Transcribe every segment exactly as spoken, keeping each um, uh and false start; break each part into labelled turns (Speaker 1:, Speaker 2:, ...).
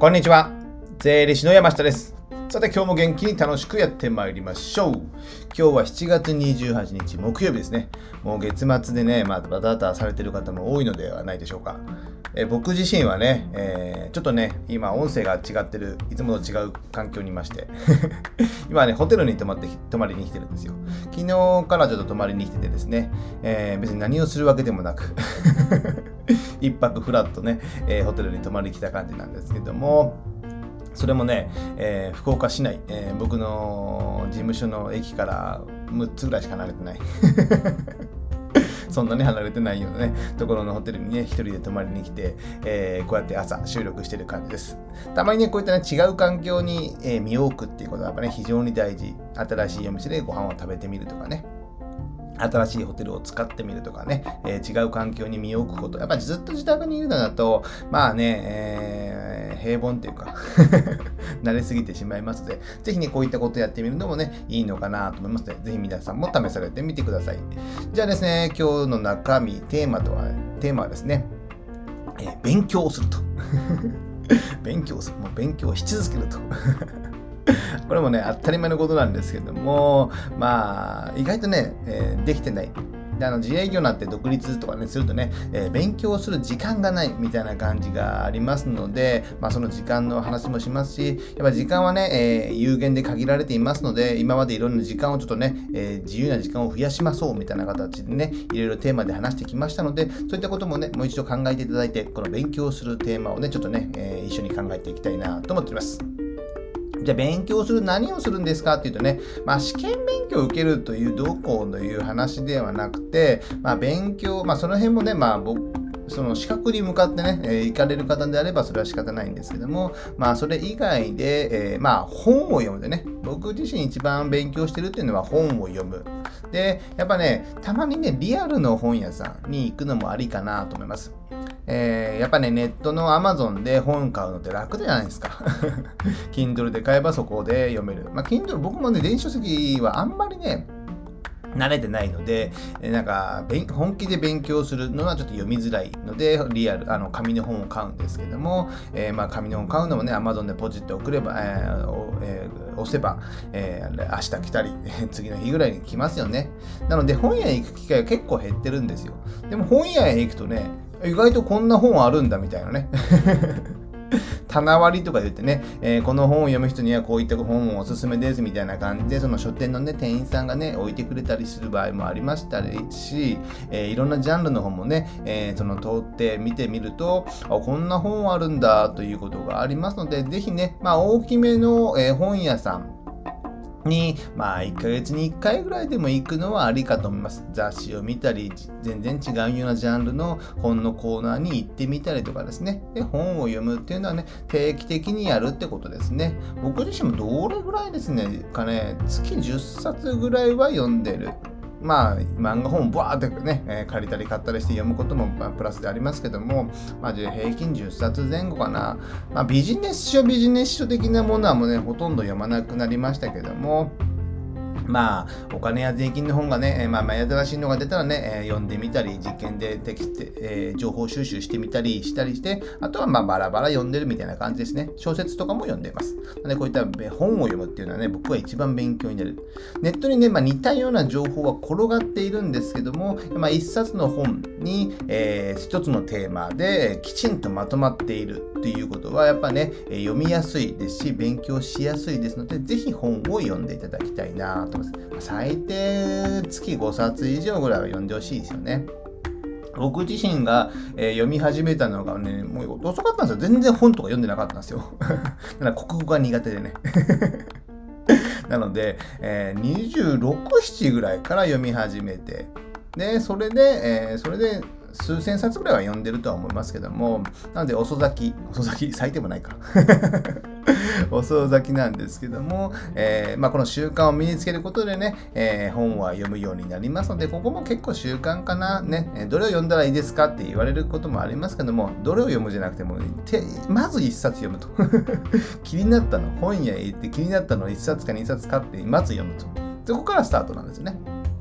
Speaker 1: こんにちは。税理士の山下です。さて今日も元気に楽しくやってまいりましょう。今日はしちがつにじゅうはちにち木曜日ですね。もう月末でね、まあ、バタバタされてる方も多いのではないでしょうか。え僕自身はね、えー、ちょっとね、今音声が違ってる、いつもと違う環境にいまして、今ね、ホテルに泊まって、泊まりに来てるんですよ。昨日からちょっと泊まりに来ててですね、えー、別に何をするわけでもなく、一泊フラッとね、えー、ホテルに泊まりに来た感じなんですけども、それもね、えー、福岡市内、えー、僕の事務所の駅からむっつぐらいしか離れてない。そんなに離れてないようなね、ところのホテルにね、一人で泊まりに来て、えー、こうやって朝収録してる感じです。たまにね、こういったね、違う環境に、えー、身を置くっていうことはやっぱね、非常に大事。新しいお店でご飯を食べてみるとかね。新しいホテルを使ってみるとかね、えー、違う環境に身を置くこと。やっぱりずっと自宅にいるのだと、まあね、えー、平凡っていうか、慣れすぎてしまいますので、ぜひね、こういったことをやってみるのもね、いいのかなと思いますので、ぜひ皆さんも試されてみてください。じゃあですね、今日の中身、テーマとは、テーマはですね、えー、勉強をすると。勉強する。もう勉強し続けると。これもね、当たり前のことなんですけども、まあ、意外とね、えー、できてない。であの自営業になって独立とかね、するとね、えー、勉強する時間がないみたいな感じがありますので、まあ、その時間の話もしますし、やっぱ時間はね、えー、有限で限られていますので、今までいろんな時間をちょっとね、えー、自由な時間を増やしましょうみたいな形でね、いろいろテーマで話してきましたので、そういったこともね、もう一度考えていただいて、この勉強するテーマをね、ちょっとね、えー、一緒に考えていきたいなと思っております。じゃあ勉強する何をするんですかっていうとね、まあ試験勉強を受けるというどうこうという話ではなくて、まあ勉強、まあその辺もね、まあ僕、その資格に向かってね、えー、行かれる方であればそれは仕方ないんですけども、まあそれ以外で、えー、まあ本を読むでね、僕自身一番勉強してるっていうのは本を読む。で、やっぱね、たまにね、リアルの本屋さんに行くのもありかなと思います。えー、やっぱね、ネットの Amazon で本買うのって楽じゃないですか。Kindle で買えばそこで読める。まあ、Kindle 僕もね、電子書籍はあんまりね、慣れてないので、なんか、本気で勉強するのはちょっと読みづらいので、リアル、あの、紙の本を買うんですけども、えー、まあ、紙の本を買うのもね、Amazon でポチって送れば、えーえー、押せば、えー、明日来たり、次の日ぐらいに来ますよね。なので、本屋へ行く機会が結構減ってるんですよ。でも、本屋へ行くとね、意外とこんな本あるんだみたいなね。棚割りとか言ってね、えー、この本を読む人にはこういった本おすすめですみたいな感じで、その書店のね、店員さんがね、置いてくれたりする場合もありましたし、えー、いろんなジャンルの本もね、えー、その通って見てみると、あ、こんな本あるんだということがありますので、ぜひね、まあ大きめの、えー、本屋さん、に、まあ、いっかげつにいっかいぐらいでも行くのはありかと思います。雑誌を見たり、全然違うようなジャンルの本のコーナーに行ってみたりとかですね。で、本を読むっていうのはね、定期的にやるってことですね。僕自身もどれぐらいですね、かね、月じゅっさつぐらいは読んでる。まあ、漫画本をバーってね、えー、借りたり買ったりして読むことも、まあ、プラスでありますけども、まあ、平均じゅっさつぜん後かな。まあ、ビジネス書、ビジネス書的なものはもうね、ほとんど読まなくなりましたけども、まあ、お金や税金の本がね、まあ、前新しいのが出たらね、えー、読んでみたり、実験でテキスト、えー、情報収集してみたりしたりして、あとはまあバラバラ読んでるみたいな感じですね。小説とかも読んでいます。なので、こういった本を読むっていうのはね、僕は一番勉強になる。ネットにね、まあ、似たような情報は転がっているんですけども、まあ、一冊の本に、えー、一つのテーマできちんとまとまっているっていうことは、やっぱね、読みやすいですし、勉強しやすいですので、ぜひ本を読んでいただきたいなと思います。最低月ごさつ以上ぐらいは読んでほしいですよね。僕自身が、えー、読み始めたのがね、もう遅かったんですよ。全然本とか読んでなかったんですよ。だから国語が苦手でね。なので、えー、にじゅうろく、ななぐらいから読み始めて、で、それで、えー、それで、数千冊ぐらいは読んでるとは思いますけども、なので遅咲き、遅咲き、咲いてもないか。遅咲きなんですけども、えーまあ、この習慣を身につけることでね、えー、本は読むようになりますので、ここも結構習慣かな、ね、どれを読んだらいいですかって言われることもありますけども、どれを読むじゃなくても、てまず一冊読むと。気になったの、本屋へ行って気になったのを一冊か二冊買って、まず読むと。そこからスタートなんですよね。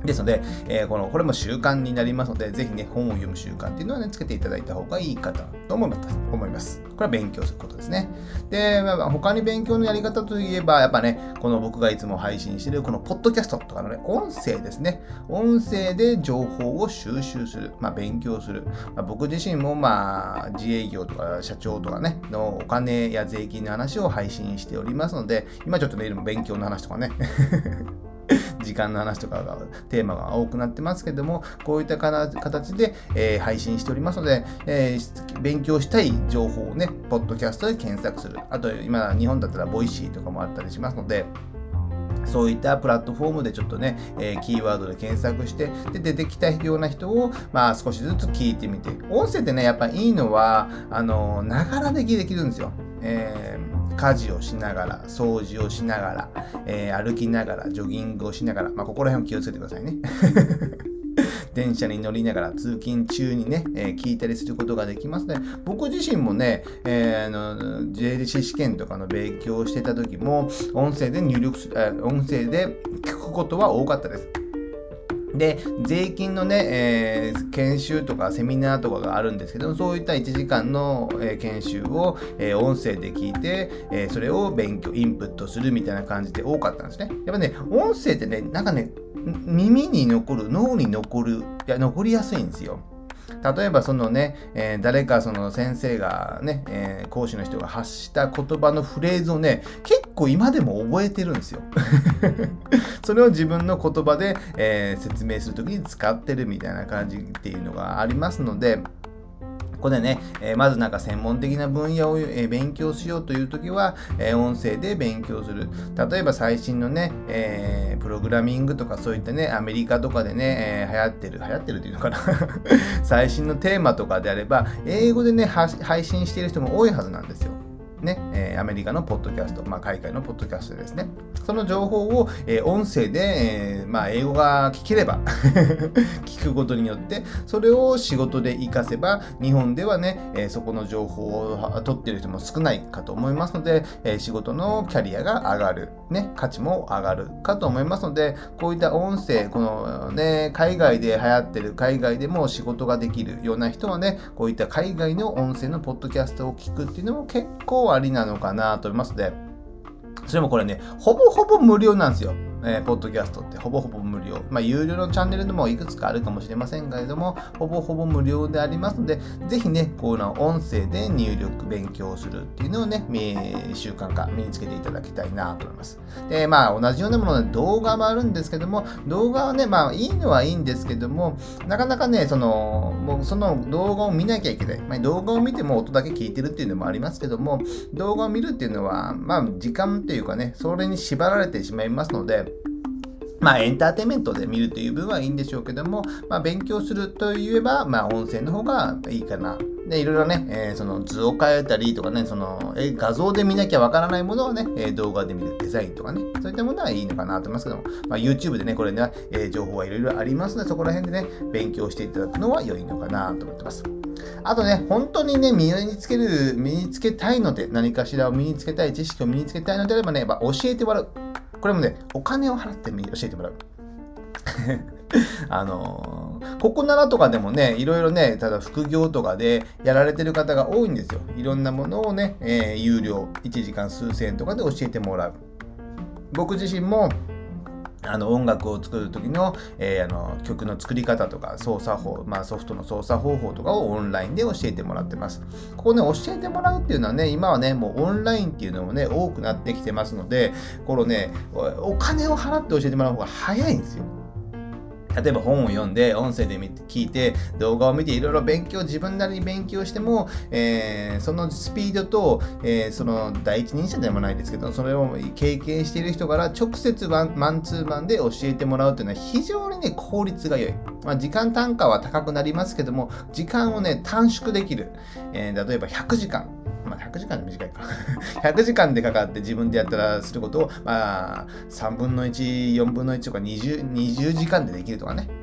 Speaker 1: ですので、えー、この、これも習慣になりますので、ぜひね、本を読む習慣っていうのはね、つけていただいた方がいいかなと思います。思います。これは勉強することですね。で、まあ、他に勉強のやり方といえば、やっぱね、この僕がいつも配信している、このポッドキャストとかのね、音声ですね。音声で情報を収集する。まあ、勉強する。まあ、僕自身も、まあ、自営業とか社長とかね、のお金や税金の話を配信しておりますので、今ちょっとね、勉強の話とかね、時間の話とかがテーマが多くなってますけども、こういった形で、えー、配信しておりますので、えー、勉強したい情報をね、ポッドキャストで検索する。あと、今、日本だったらボイシーとかもあったりしますので、そういったプラットフォームでちょっとね、えー、キーワードで検索して、で、出てきたような人を、まあ、少しずつ聞いてみて。音声ってね、やっぱいいのは、あの、ながらできできるんですよ。えー家事をしながら、掃除をしながら、えー、歩きながら、ジョギングをしながら、まあ、ここら辺を気をつけてくださいね。電車に乗りながら、通勤中にね、えー、聞いたりすることができますので、僕自身もね、えー、あの税理士試験とかの勉強をしてた時も、音声で入力する、えー、音声で聞くことは多かったです。で、税金のね、えー、研修とかセミナーとかがあるんですけど、そういったいちじかんの、えー、研修を、えー、音声で聞いて、えー、それを勉強、インプットするみたいな感じで多かったんですね。やっぱね、音声ってね、なんかね、耳に残る、脳に残る、いや、残りやすいんですよ。例えばそのね、えー、誰かその先生がね、えー、講師の人が発した言葉のフレーズをね、結構今でも覚えてるんですよ。それを自分の言葉で、えー、説明するときに使ってるみたいな感じっていうのがありますので、ここでね、えー、まずなんか専門的な分野を、えー、勉強しようというときは、えー、音声で勉強する。例えば最新のね、えー、プログラミングとかそういったね、アメリカとかでね、えー、流行ってる、流行ってるっていうのかな最新のテーマとかであれば、英語でね、配信している人も多いはずなんですよ。ね、えー、アメリカのポッドキャスト、まあ、海外のポッドキャストですね。その情報を、えー、音声で、えー、まあ、英語が聞ければ聞くことによって、それを仕事で活かせば、日本ではね、えー、そこの情報を取っている人も少ないかと思いますので、えー、仕事のキャリアが上がる、ね、価値も上がるかと思いますので、こういった音声、このね、海外で流行ってる、海外でも仕事ができるような人はね、こういった海外の音声のポッドキャストを聞くっていうのも結構ありなのかなと思いますので、それもこれね、ほぼほぼ無料なんですよ。えー、ポッドキャストってほぼほぼ無料。まあ、有料のチャンネルでもいくつかあるかもしれませんけれども、ほぼほぼ無料でありますので、ぜひね、この音声で入力、勉強するっていうのをね、習慣化、身につけていただきたいなと思います。で、まあ、同じようなもので動画もあるんですけども、動画はね、まあ、いいのはいいんですけども、なかなかね、その、もうその動画を見なきゃいけない。まあ、動画を見ても音だけ聞いてるっていうのもありますけども、動画を見るっていうのは、まあ、時間っていうかね、それに縛られてしまいますので、まあ、エンターテインメントで見るという部分はいいんでしょうけども、まあ、勉強するといえば、まあ、音声の方がいいかな。で、いろいろね、えー、その図を変えたりとかね、その、えー、画像で見なきゃわからないものをね、えー、動画で見るデザインとかね、そういったものはいいのかなと思いますけども、まあ、YouTube でね、これね、えー、情報はいろいろありますので、そこら辺でね、勉強していただくのは良いのかなと思ってます。あとね、本当にね、身につける、身につけたいので、何かしらを身につけたい、知識を身につけたいのであればね、やっぱ教えてもらう。これもね、お金を払って教えてもらう。あのー、ここならとかでもね、いろいろね、ただ副業とかでやられてる方が多いんですよ。いろんなものをね、えー、有料、いちじかん数千円とかで教えてもらう。僕自身も、あの音楽を作る時の、えー、あの曲の作り方とか操作法、まあ、ソフトの操作方法とかをオンラインで教えてもらってます。ここね、教えてもらうっていうのはね、今はね、もうオンラインっていうのもね、多くなってきてますので、このね、お金を払って教えてもらう方が早いんですよ。例えば本を読んで、音声で聞いて、動画を見て、いろいろ勉強、自分なりに勉強しても、えー、そのスピードと、えー、その第一人者でもないですけど、それを経験している人から直接マンマンツーマンで教えてもらうというのは非常にね、効率が良い。まあ、時間単価は高くなりますけども、時間をね、短縮できる。えー、例えばひゃくじかん。まあ、ひゃくじかんで短いか。ひゃくじかんでかかって自分でやったらすることを、まあ、さんぶんのいち、よんぶんのいちとかにじゅう、にじゅうじかんでできるとかね。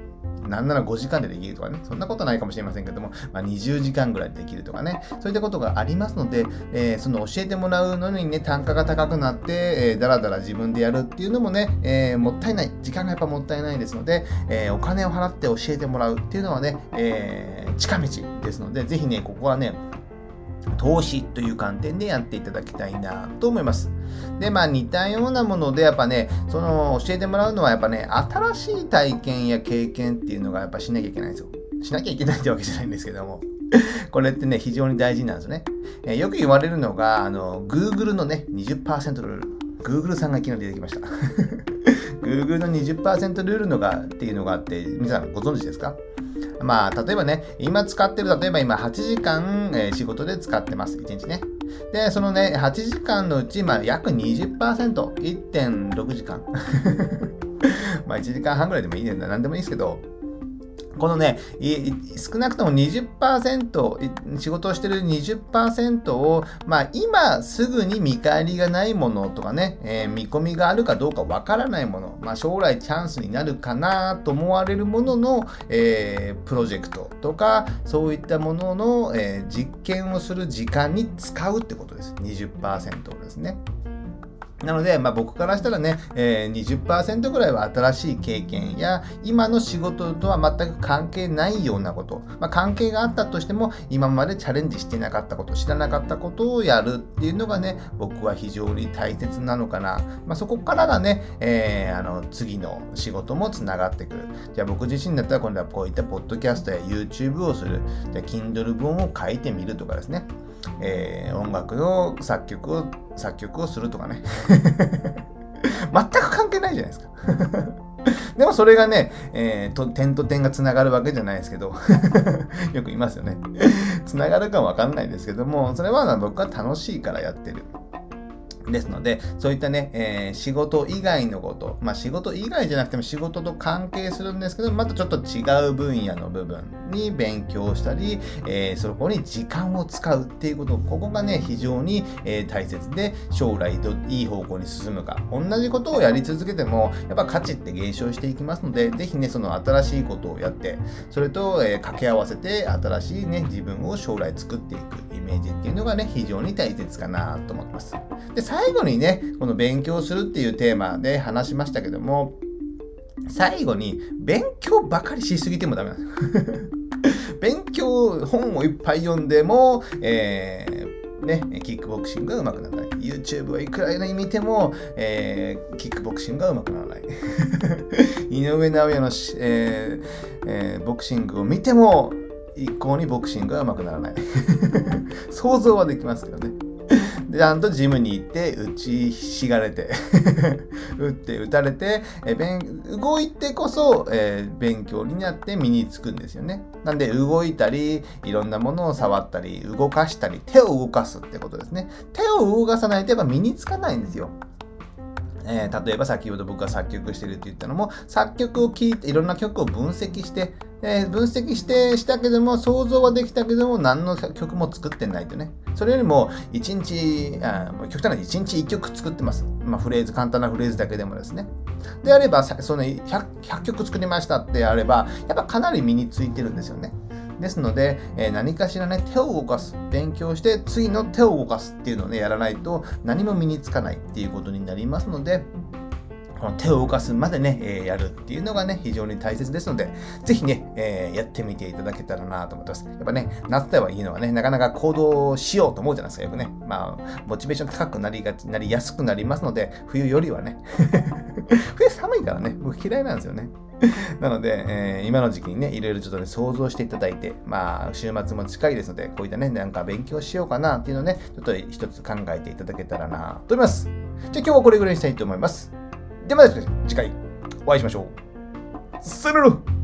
Speaker 1: なんならごじかんでできるとかね、そんなことないかもしれませんけども、まあ、にじゅうじかんぐらいでできるとかね、そういったことがありますので、えー、その教えてもらうのにね、単価が高くなって、えー、だらだら自分でやるっていうのもね、えー、もったいない、時間がやっぱもったいないですので、えー、お金を払って教えてもらうっていうのはね、えー、近道ですので、ぜひね、ここはね、投資という観点でやっていただきたいなと思います。で、まあ似たようなものでやっぱね、その教えてもらうのはやっぱね、新しい体験や経験っていうのがやっぱしなきゃいけないんですよ。しなきゃいけないってわけじゃないんですけども。これってね、非常に大事なんですよね。えー、よく言われるのが、あの、Google のね、にじゅっパーセントルール。Google さんがいきなり出てきました。Google の にじゅっパーセント ルールのがっていうのがあって、皆さんご存知ですか？まあ、例えばね、今使ってる、例えば今はちじかん、えー、仕事で使ってます。いちにちね。で、そのね、はちじかんのうち、まあ、約 にじゅっパーセント、いってんろくじかん。まあ、いちじかんはんぐらいでもいいね。なんでもいいですけど、このね、少なくとも にじゅっパーセント、仕事をしてる にじゅっパーセント を、まあ今すぐに見返りがないものとかね、えー、見込みがあるかどうかわからないもの、まあ将来チャンスになるかなと思われるものの、えー、プロジェクトとか、そういったものの、えー、実験をする時間に使うってことです。にじゅっパーセント ですね。なので、まあ、僕からしたらね、えー、にじゅっパーセント ぐらいは新しい経験や、今の仕事とは全く関係ないようなこと、まあ、関係があったとしても、今までチャレンジしてなかったこと、知らなかったことをやるっていうのがね、僕は非常に大切なのかな。まあ、そこからがね、えー、あの次の仕事もつながってくる。じゃあ僕自身だったら今度はこういったポッドキャストや YouTube をする。じゃあ Kindle 本を書いてみるとかですね。えー、音楽の作曲を作曲をするとかね全く関係ないじゃないですかでもそれがね、えー、と点と点がつながるわけじゃないですけどよく言いますよねつながるかわかんないですけども、それは僕は楽しいからやってるですので、そういったね、えー、仕事以外のこと、まあ仕事以外じゃなくても仕事と関係するんですけど、またちょっと違う分野の部分に勉強したり、えー、そこに時間を使うっていうこと、ここがね、非常に、えー、大切で、将来どいい方向に進むか、同じことをやり続けても、やっぱ価値って減少していきますので、ぜひね、その新しいことをやって、それと、えー、掛け合わせて、新しいね、自分を将来作っていくイメージっていうのがね、非常に大切かなと思ってます。で、最後にね、この勉強するっていうテーマで話しましたけども、最後に勉強ばかりしすぎてもダメなんですよ。勉強、本をいっぱい読んでも、えーね、キックボクシングが上手くならない。YouTube をいくら見ても、えー、キックボクシングが上手くならない。井上尚弥の、えーえー、ボクシングを見ても、一向にボクシングが上手くならない。想像はできますけどね。でちゃんとジムに行って打ちひしがれて打って打たれてえ勉動いてこそ、えー、勉強になって身につくんですよね。なんで動いたりいろんなものを触ったり動かしたり手を動かすってことですね。手を動かさないとやっぱ身につかないんですよ。えー、例えば先ほど僕が作曲してるって言ったのも、作曲を聴いていろんな曲を分析して、えー、分析してしたけども想像はできたけども何の曲も作ってないとね。それよりもいちにち、あもう極端ないちにちいっきょく作ってます。まあ、フレーズ簡単なフレーズだけでもですね。であればその ひゃく, ひゃくきょく作りましたってあればやっぱかなり身についてるんですよね。ですので、えー、何かしらね、手を動かす、勉強して、次の手を動かすっていうのをね、やらないと何も身につかないっていうことになりますので、この手を動かすまでね、えー、やるっていうのがね、非常に大切ですので、ぜひね、えー、やってみていただけたらなと思ってます。やっぱね、夏ではいいのはね、なかなか行動しようと思うじゃないですか、よくね。まあ、モチベーション高くなりがち、なりやすくなりますので、冬よりはね。冬寒いからね、僕嫌いなんですよね。なので、えー、今の時期にね、いろいろちょっとね、想像していただいて、まあ、週末も近いですので、こういったね、なんか勉強しようかなっていうのをね、ちょっと一つ考えていただけたらなと思います。じゃあ今日はこれぐらいにしたいと思います。ではまた次回お会いしましょう。さよなら。